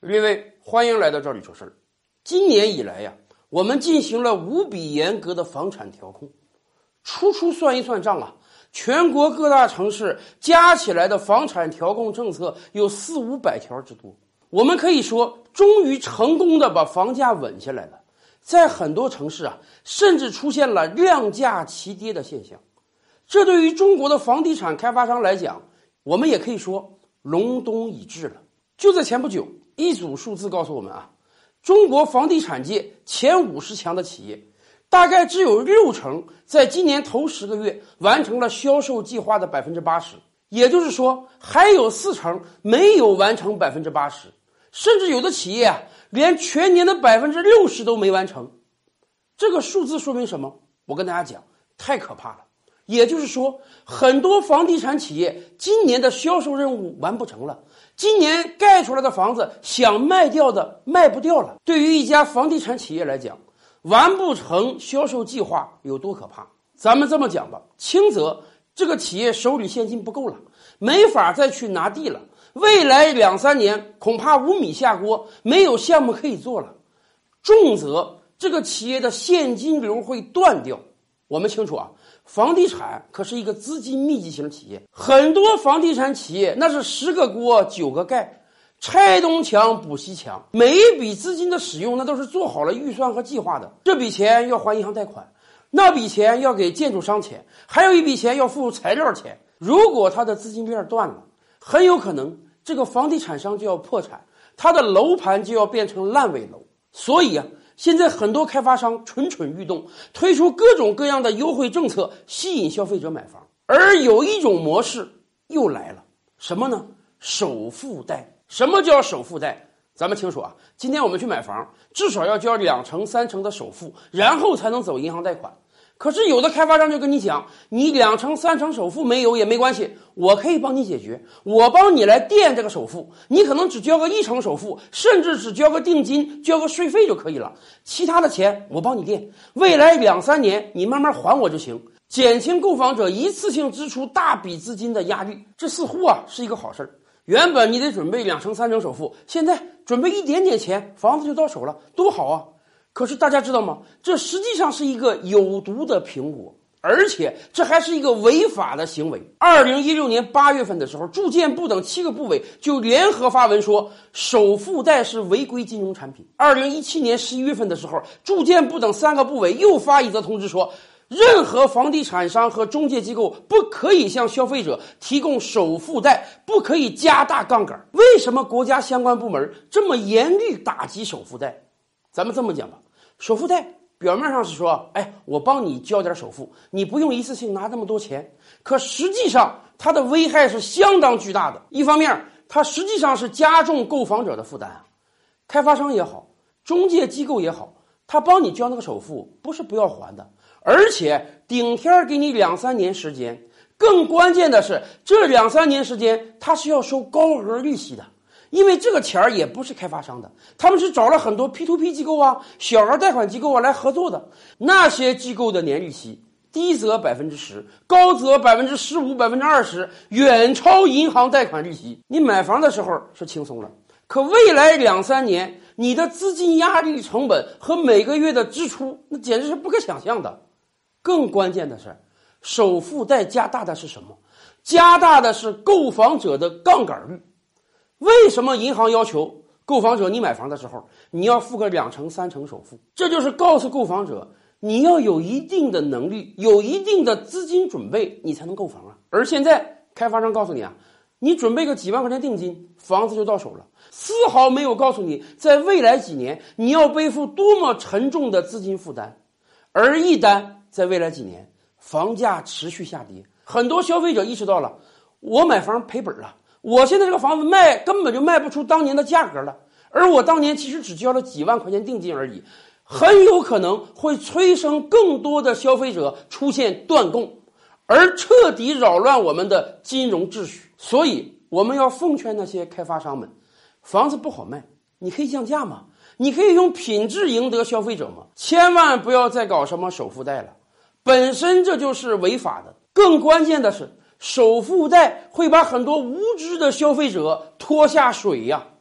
列位，欢迎来到这里说事儿。今年以来呀，我们进行了无比严格的房产调控，初算一算账啊，全国各大城市加起来的房产调控政策有400-500条之多。我们可以说，终于成功的把房价稳下来了。在很多城市啊，甚至出现了量价齐跌的现象。这对于中国的房地产开发商来讲，我们也可以说隆冬已至了。就在前不久，一组数字告诉我们啊，中国房地产界前50强的企业，大概只有60%在今年头10个月完成了销售计划的80%，也就是说，还有40%没有完成80%，甚至有的企业啊，连全年的60%都没完成。这个数字说明什么？我跟大家讲，太可怕了。也就是说，很多房地产企业今年的销售任务完不成了，今年盖出来的房子想卖掉的卖不掉了。对于一家房地产企业来讲，完不成销售计划有多可怕？咱们这么讲吧，轻则这个企业手里现金不够了，没法再去拿地了，未来2-3年恐怕无米下锅，没有项目可以做了。重则这个企业的现金流会断掉。我们清楚啊，房地产可是一个资金密集型企业，很多房地产企业那是10个锅9个盖，拆东墙补西墙，每一笔资金的使用那都是做好了预算和计划的。这笔钱要还银行贷款，那笔钱要给建筑商钱，还有一笔钱要付材料钱。如果他的资金链断了，很有可能这个房地产商就要破产，他的楼盘就要变成烂尾楼。所以啊，现在很多开发商蠢欲动，推出各种各样的优惠政策，吸引消费者买房。而有一种模式又来了，什么呢？首付贷。什么叫首付贷？咱们清楚啊，今天我们去买房，至少要交2-3成的首付，然后才能走银行贷款。可是有的开发商就跟你讲，你2-3成首付没有也没关系，我可以帮你解决，我帮你来垫这个首付，你可能只交个1成首付，甚至只交个定金，交个税费就可以了，其他的钱我帮你垫，未来2-3年你慢慢还我就行，减轻购房者一次性支出大笔资金的压力。这似乎啊是一个好事儿。原本你得准备2-3成首付，现在准备一点点钱，房子就到手了，多好啊！可是大家知道吗？这实际上是一个有毒的苹果，而且这还是一个违法的行为。2016年8月份的时候，住建部等7个部委就联合发文说，首付贷是违规金融产品。2017年11月份的时候，住建部等3个部委又发一则通知说，任何房地产商和中介机构不可以向消费者提供首付贷，不可以加大杠杆。为什么国家相关部门这么严厉打击首付贷？咱们这么讲吧，首付贷表面上是说，我帮你交点首付，你不用一次性拿那么多钱，可实际上它的危害是相当巨大的。一方面，它实际上是加重购房者的负担啊，开发商也好，中介机构也好，他帮你交那个首付不是不要还的，而且顶天给你2-3年时间，更关键的是这2-3年时间他是要收高额利息的。因为这个钱也不是开发商的，他们是找了很多 P2P 机构啊、小额贷款机构啊来合作的。那些机构的年利息低则10%，高则15%、20%，远超银行贷款利息。你买房的时候是轻松了，可未来2-3年，你的资金压力成本和每个月的支出，那简直是不可想象的。更关键的是，首付贷加大的是什么？加大的是购房者的杠杆率。为什么银行要求购房者你买房的时候你要付个2-3成首付？这就是告诉购房者，你要有一定的能力，有一定的资金准备，你才能购房啊。而现在开发商告诉你啊，你准备个几万块钱定金，房子就到手了，丝毫没有告诉你在未来几年你要背负多么沉重的资金负担。而一旦在未来几年房价持续下跌，很多消费者意识到了，我买房赔本了，我现在这个房子卖根本就卖不出当年的价格了，而我当年其实只交了几万块钱定金而已，很有可能会催生更多的消费者出现断供，而彻底扰乱我们的金融秩序。所以我们要奉劝那些开发商们，房子不好卖，你可以降价吗？你可以用品质赢得消费者吗？千万不要再搞什么首付贷了，本身这就是违法的。更关键的是，首付贷会把很多无知的消费者拖下水呀。